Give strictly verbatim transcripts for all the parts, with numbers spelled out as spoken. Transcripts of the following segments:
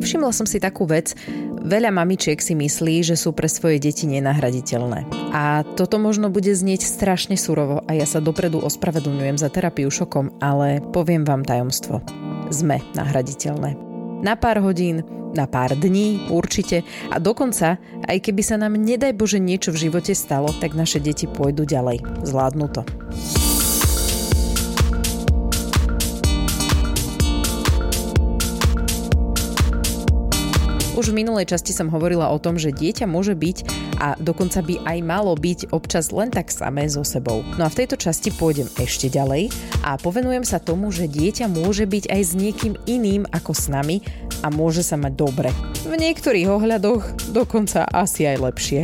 všimla som si takú vec. Veľa mamičiek si myslí, že sú pre svoje deti nenahraditeľné. A toto možno bude znieť strašne surovo a ja sa dopredu ospravedlňujem za terapiu šokom, ale poviem vám tajomstvo. Sme nahraditeľné. Na pár hodín, na pár dní určite a dokonca, aj keby sa nám nedaj Bože niečo v živote stalo, tak naše deti pôjdu ďalej. Zvládnu to. Už v minulej časti som hovorila o tom, že dieťa môže byť a dokonca by aj malo byť občas len tak samé so sebou. No a v tejto časti pôjdem ešte ďalej a povenujem sa tomu, že dieťa môže byť aj s niekým iným ako s nami a môže sa mať dobre. V niektorých ohľadoch dokonca asi aj lepšie.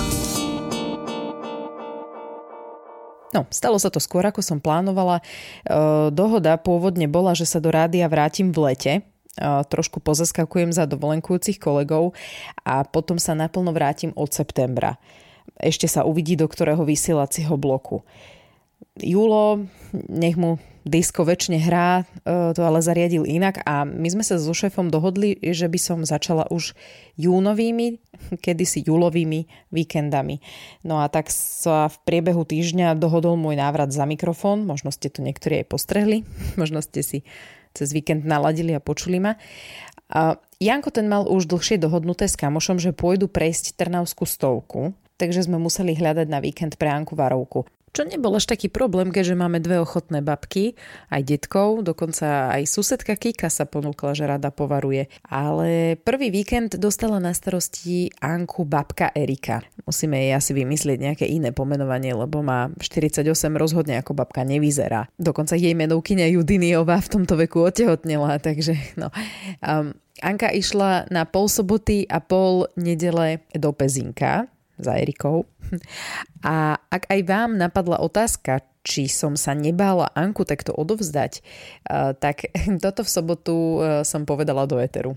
No, stalo sa to skôr, ako som plánovala. E, dohoda pôvodne bola, že sa do rádia vrátim v lete. Trošku pozaskakujem za dovolenkujúcich kolegov a potom sa naplno vrátim od septembra. Ešte sa uvidí, do ktorého vysielacieho bloku. Júlo, nech mu disko väčšine hrá, to ale zariadil inak a my sme sa so šéfom dohodli, že by som začala už júnovými, kedysi júlovými víkendami. No a tak sa v priebehu týždňa dohodol môj návrat za mikrofón, možno ste to niektorí aj postrehli, možno ste si cez víkend naladili a počuli ma. A Janko ten mal už dlhšie dohodnuté s kamošom, že pôjdu prejsť Trnavskú stovku, takže sme museli hľadať na víkend pre Anku varovku. Čo nebol až taký problém, keďže máme dve ochotné babky, aj detkov, dokonca aj susedka Kika sa ponúkla, že rada povaruje. Ale prvý víkend dostala na starosti Anku babka Erika. Musíme jej asi vymyslieť nejaké iné pomenovanie, lebo má štyridsaťosem, rozhodne ako babka nevyzerá. Dokonca jej menovkyňa Judiniová v tomto veku otehotnela, takže no. Um, Anka išla na pol soboty a pol nedele do Pezinka za Erikou. A ak aj vám napadla otázka, či som sa nebála Anku takto odovzdať, tak toto v sobotu som povedala do éteru.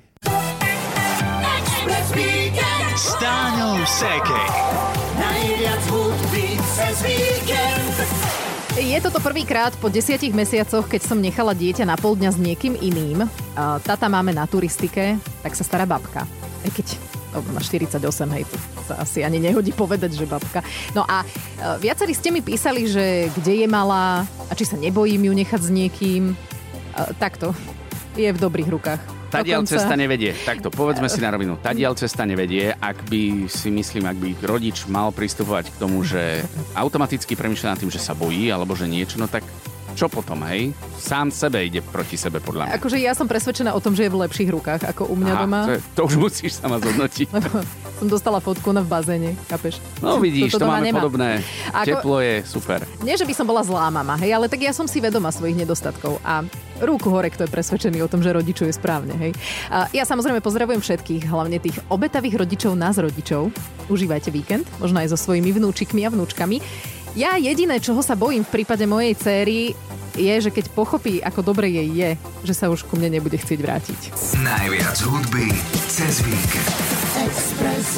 S Táňou Sékej. Najviac hudby cez víkend. Je toto prvýkrát po desiatich mesiacoch, keď som nechala dieťa na pol dňa s niekým iným. Tata máme na turistike, tak sa stará babka. Aj keď má štyridsaťosem, hej, to sa asi ani nehodí povedať, že babka. No a e, viacerí ste mi písali, že kde je malá a či sa nebojím ju nechať s niekým. E, takto, je v dobrých rukách. Tadiaľ Dokonca... cesta nevedie. Takto, povedzme si na rovinu. Tadiaľ cesta nevedie, ak by si myslím, ak by rodič mal pristupovať k tomu, že automaticky premýšľa nad tým, že sa bojí, alebo že niečo, no tak čo potom, hej? Sám sebe ide proti sebe, podľa mňa. Akože ja som presvedčená o tom, že je v lepších rukách, ako u mňa Aha, doma. To, je, to už musíš sama zhodnotiť. Som dostala fotku na v bazéne, chápeš? No vidíš, to, to máme nemá. podobné. Ako... Teplo je super. Nie, že by som bola zlá mama, hej, ale tak ja som si vedomá svojich nedostatkov a ruku hore, kto je presvedčený o tom, že rodičuje správne, hej. A ja samozrejme pozdravujem všetkých, hlavne tých obetavých rodičov, nás rodičov. Užívajte víkend, možno aj so svojimi vnúčikmi a vnúčkami. Ja jediné, čoho sa bojím v prípade mojej céry, je, že keď pochopí, ako dobre jej je, že sa už ku mne nebude chcieť vrátiť. Najviac hudby cez víkend. Express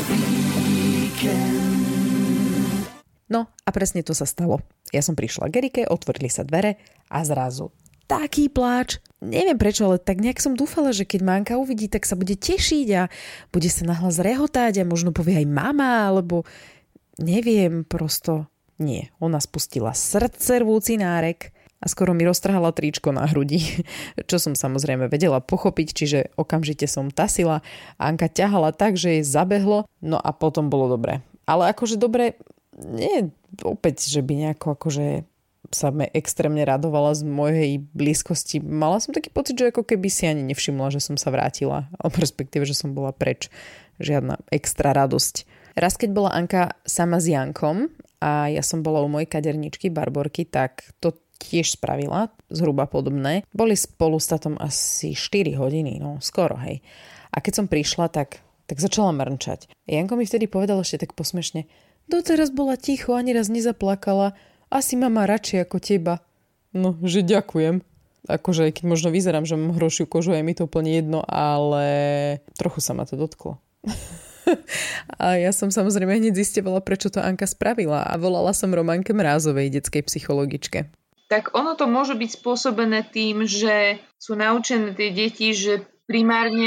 Víkend. No a presne to sa stalo. Ja som prišla k Erike, otvorili sa dvere a zrazu taký pláč. Neviem prečo, ale tak nejak som dúfala, že keď Manka uvidí, tak sa bude tešiť a bude sa nahlas rehotať a možno povie aj mama, alebo neviem, prosto nie. Ona spustila srdcervúci nárek a skoro mi roztrhala tričko na hrudi, čo som samozrejme vedela pochopiť, čiže okamžite som tasila. Anka ťahala tak, že jej zabehlo, no a potom bolo dobre. Ale akože dobre, nie opäť, že by nejako akože sa me extrémne radovala z mojej blízkosti. Mala som taký pocit, že ako keby si ani nevšimla, že som sa vrátila, alebo respektíve, že som bola preč. Žiadna extra radosť. Raz, keď bola Anka sama s Jankom a ja som bola u mojej kaderničky Barborky, tak to tiež spravila, zhruba podobné. Boli spolu s tatom asi štyri hodiny, no skoro, hej. A keď som prišla, tak, tak začala mrnčať. Janko mi vtedy povedal ešte tak posmešne, doteraz bola ticho, ani raz nezaplakala, asi ma má radšej ako teba. No, že ďakujem. Akože aj keď možno vyzerám, že mám hrošiu kožu, je mi to úplne jedno, ale trochu sa ma to dotklo. A ja som samozrejme hneď zistievala, prečo to Anka spravila a volala som Románke Mrázovej, detskej psychologičke. Tak ono to môže byť spôsobené tým, že sú naučené tie deti, že primárne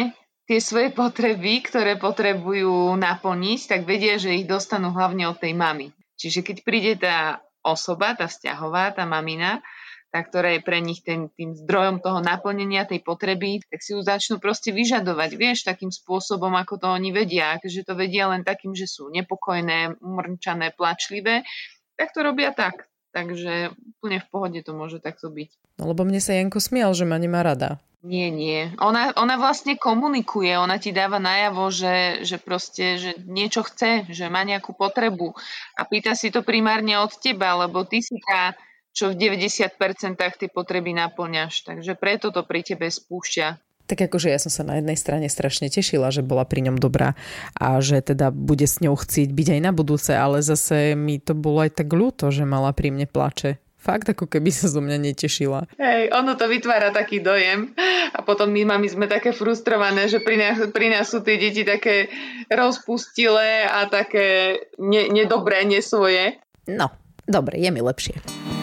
tie svoje potreby, ktoré potrebujú naplniť, tak vedia, že ich dostanú hlavne od tej mamy. Čiže keď príde tá osoba, tá vzťahová, tá mamina, tá, ktorá je pre nich ten, tým zdrojom toho naplnenia tej potreby, tak si ju začnú proste vyžadovať, vieš, takým spôsobom, ako to oni vedia. Že to vedia len takým, že sú nepokojné, umrčané, plačlivé, tak to robia tak. Takže úplne v pohode to môže takto byť. No lebo mne sa Janko smial, že ma nemá rada. Nie, nie. Ona, ona vlastne komunikuje, ona ti dáva najavo, že, že proste, že niečo chce, že má nejakú potrebu a pýta si to primárne od teba, lebo ty si tá, čo v deväťdesiat percent tie potreby naplňaš. Takže preto to pri tebe spúšťa. Tak akože ja som sa na jednej strane strašne tešila, že bola pri ňom dobrá a že teda bude s ňou chcieť byť aj na budúce, ale zase mi to bolo aj tak ľúto, že mala pri mne plače. Fakt, ako keby sa zo mňa netešila. Hej, ono to vytvára taký dojem a potom my mami sme také frustrované, že pri nás, pri nás sú tie deti také rozpustilé a také ne, nedobré, nesvoje. No, dobre, je mi lepšie.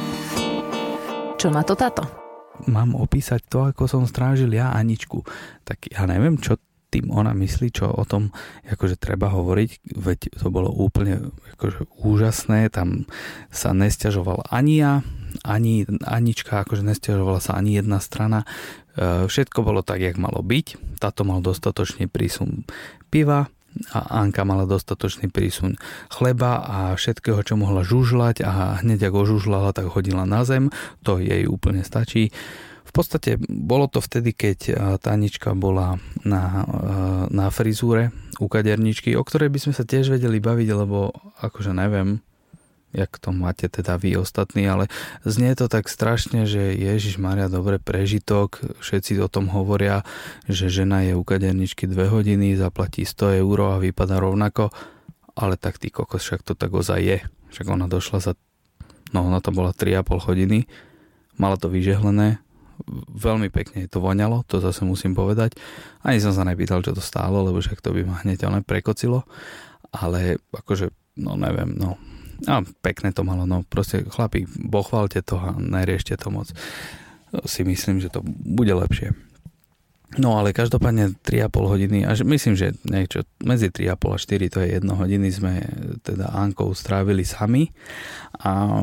Čo na to táto? Mám opísať to, ako som strážil ja Aničku. Tak ja neviem, čo tým ona myslí, čo o tom akože treba hovoriť, veď to bolo úplne akože úžasné, tam sa nesťažovala ani ja, ani Anička, akože nesťažovala sa ani jedna strana, všetko bolo tak, jak malo byť, táto mal dostatočný prísun piva a Anka mala dostatočný prísun chleba a všetkého, čo mohla žužľať a hneď ako žužľala, tak hodila na zem, to jej úplne stačí. V podstate bolo to vtedy, keď Tanička bola na, na frizúre u kaderničky, o ktorej by sme sa tiež vedeli baviť, lebo akože neviem, jak to máte teda vy ostatní, ale znie to tak strašne, že Ježišmaria, dobre, prežitok, všetci o tom hovoria, že žena je u kaderničky dve hodiny, zaplatí sto eur a vypadá rovnako, ale tak ty kokos, však to tak ozaj je. Však ona došla za, no ona to bola tri a pol hodiny, mala to vyžehlené, veľmi pekne to voňalo, to zase musím povedať. Ani som sa nepýtal, čo to stálo, lebo však to by ma hneď ale prekocilo. Ale akože, no neviem, no. A pekne to malo, no proste chlapi, pochválte to a neriešte to moc. Si myslím, že to bude lepšie. No ale každopádne tri a pol hodiny, až myslím, že niečo medzi tri a pol a štyri, to je jedno hodiny, sme teda Ankou strávili sami a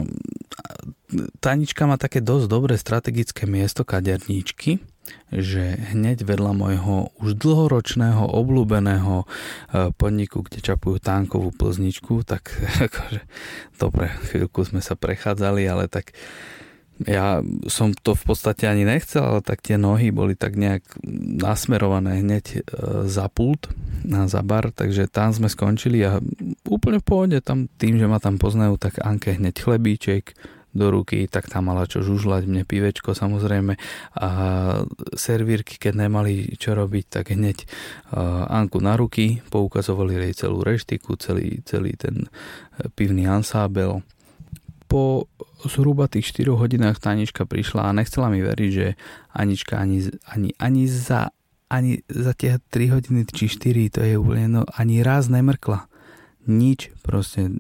Tanička má také dosť dobré strategické miesto kaderníčky, že hneď vedľa môjho už dlhoročného obľúbeného podniku, kde čapujú tánkovú plzničku, tak akože dobre, chvíľku sme sa prechádzali, ale tak ja som to v podstate ani nechcel, ale tak tie nohy boli tak nejak nasmerované hneď za pult, na za bar, takže tam sme skončili a úplne v pohode, tam tým, že ma tam poznajú, tak Anke hneď chlebíček do ruky, tak tam mala čo žužľať, mne pivečko samozrejme a servírky, keď nemali čo robiť, tak hneď Anku na ruky, poukazovali jej celú reštiku, celý, celý ten pivný ansábel. Po zhruba tých štyroch hodinách Tanička prišla a nechcela mi veriť, že Anička ani, ani, ani za ani za tie tri hodiny či štyri, to je úplne, no ani raz nemrkla. Nič, proste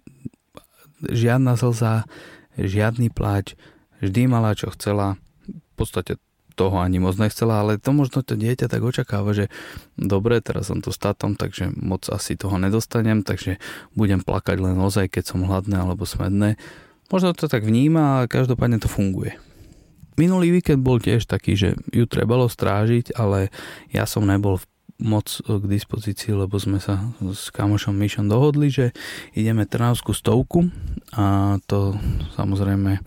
žiadna slza, žiadny pláč, vždy mala čo chcela, v podstate toho ani moc nechcela, ale to možno to dieťa tak očakáva, že dobre, teraz som tu s tátom, takže moc asi toho nedostanem, takže budem plakať len ozaj, keď som hladné alebo smedné. Možno to tak vníma a každopádne to funguje. Minulý víkend bol tiež taký, že ju trebalo strážiť, ale ja som nebol moc k dispozícii, lebo sme sa s kamošom Mišom dohodli, že ideme Trnavskú stovku a to samozrejme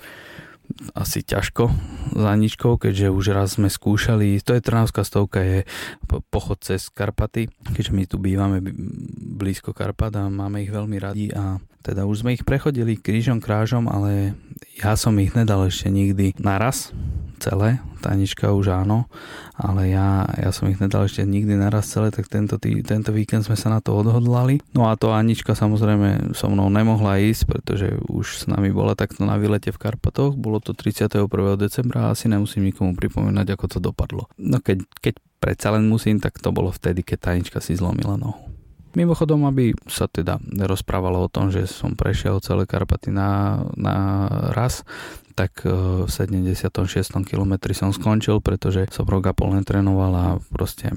asi ťažko za Aničkou, keďže už raz sme skúšali, to je Trnavská stovka, je pochod cez Karpaty, keďže my tu bývame blízko Karpat a máme ich veľmi radi a teda už sme ich prechodili krížom krážom, ale ja som ich nedal ešte nikdy naraz celé, Tanička už áno, ale ja, ja som ich nedal ešte nikdy naraz celé, tak tento, tý, tento víkend sme sa na to odhodlali. No a to Anička samozrejme so mnou nemohla ísť, pretože už s nami bola takto na výlete v Karpatoch, bolo to tridsiateho prvého decembra a asi nemusím nikomu pripomínať, ako to dopadlo. No keď, keď predsa len musím, tak to bolo vtedy, keď Tanička si zlomila nohu. Mimochodom, aby sa teda nerozprávalo o tom, že som prešiel celé Karpaty na, na raz, tak v sedemdesiatom šiestom kilometri som skončil, pretože som rok a pol netrénoval a proste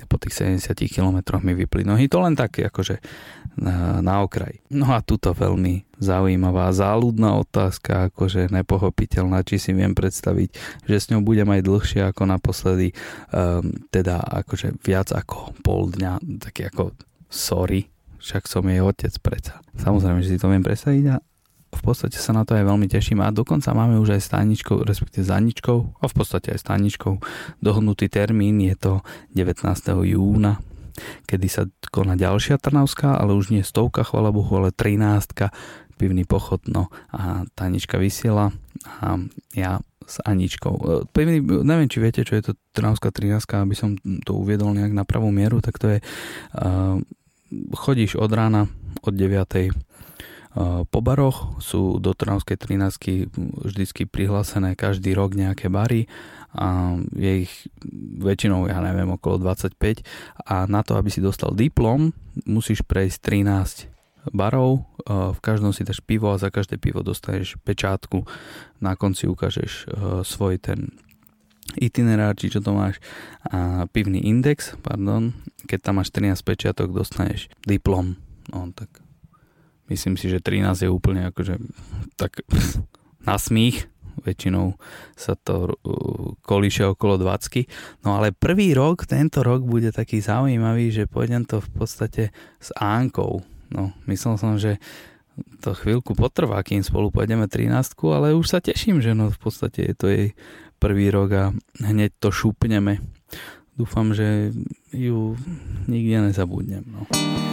po tých sedemdesiatich kilometroch mi vypli nohy. To len tak akože na, na okraj. No a tuto veľmi zaujímavá záľudná otázka, akože nepochopiteľná, či si viem predstaviť, že s ňou budem aj dlhšie ako naposledy, um, teda akože viac ako pol dňa, taký ako sorry, však som jej otec predsa. Samozrejme, že si to viem predstaviť a v podstate sa na to aj veľmi teším a dokonca máme už aj s Taničkou, respektíve s Aničkou a v podstate aj s Taničkou dohodnutý termín, je to devätnásteho júna, kedy sa koná ďalšia Trnavská, ale už nie stovka, chvála Bohu, ale trináctka, pivný pochod, no a Tanička vysiela a ja s Aničkou. Pivný, neviem, či viete, čo je to Trnavská trináctka, aby som to uviedol nejak na pravú mieru, tak to je uh, chodíš od rána od deviatej po baroch, sú do Trnavskej trináctky vždycky prihlásené každý rok nejaké bary a je ich väčšinou, ja neviem, okolo dvadsaťpäť a na to, aby si dostal diplom, musíš prejsť trinásť barov, v každom si dáš pivo a za každé pivo dostaneš pečátku, na konci ukážeš svoj ten itinerár, či čo to máš, a pivný index, pardon, keď tam máš trinásť pečiatok, dostaneš diplom, no tak myslím si, že trinásť je úplne akože tak na smích. Väčšinou sa to kolíše okolo dvadsať. No ale prvý rok, tento rok bude taký zaujímavý, že pôjdem to v podstate s Ánkou. No, myslel som, že to chvíľku potrvá, kým spolu pôjdeme trinástku, ale už sa teším, že no v podstate je to jej prvý rok a hneď to šúpneme. Dúfam, že ju nikde nezabudnem. No.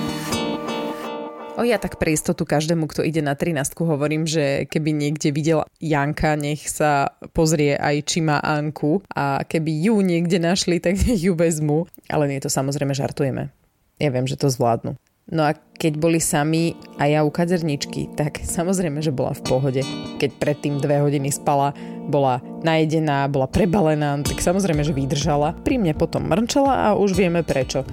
O ja tak pre istotu každému, kto ide na trinástku, hovorím, že keby niekde videl Janka, nech sa pozrie aj, či má Anku a keby ju niekde našli, tak ju vezmu. Ale nie, to samozrejme žartujeme. Ja viem, že to zvládnu. No a keď boli sami a ja u kaderničky, tak samozrejme, že bola v pohode. Keď predtým dve hodiny spala, bola najedená, bola prebalená, tak samozrejme, že vydržala. Pri mne potom mrčala a už vieme prečo.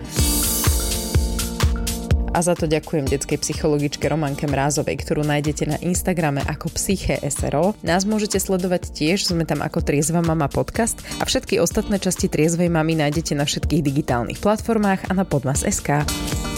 A za to ďakujem detskej psychologičke Romanke Mrázovej, ktorú nájdete na Instagrame ako Psyché es er o. Nás môžete sledovať tiež, sme tam ako Triezva mama podcast a všetky ostatné časti Triezvej mamy nájdete na všetkých digitálnych platformách a na podmas bodka es ká.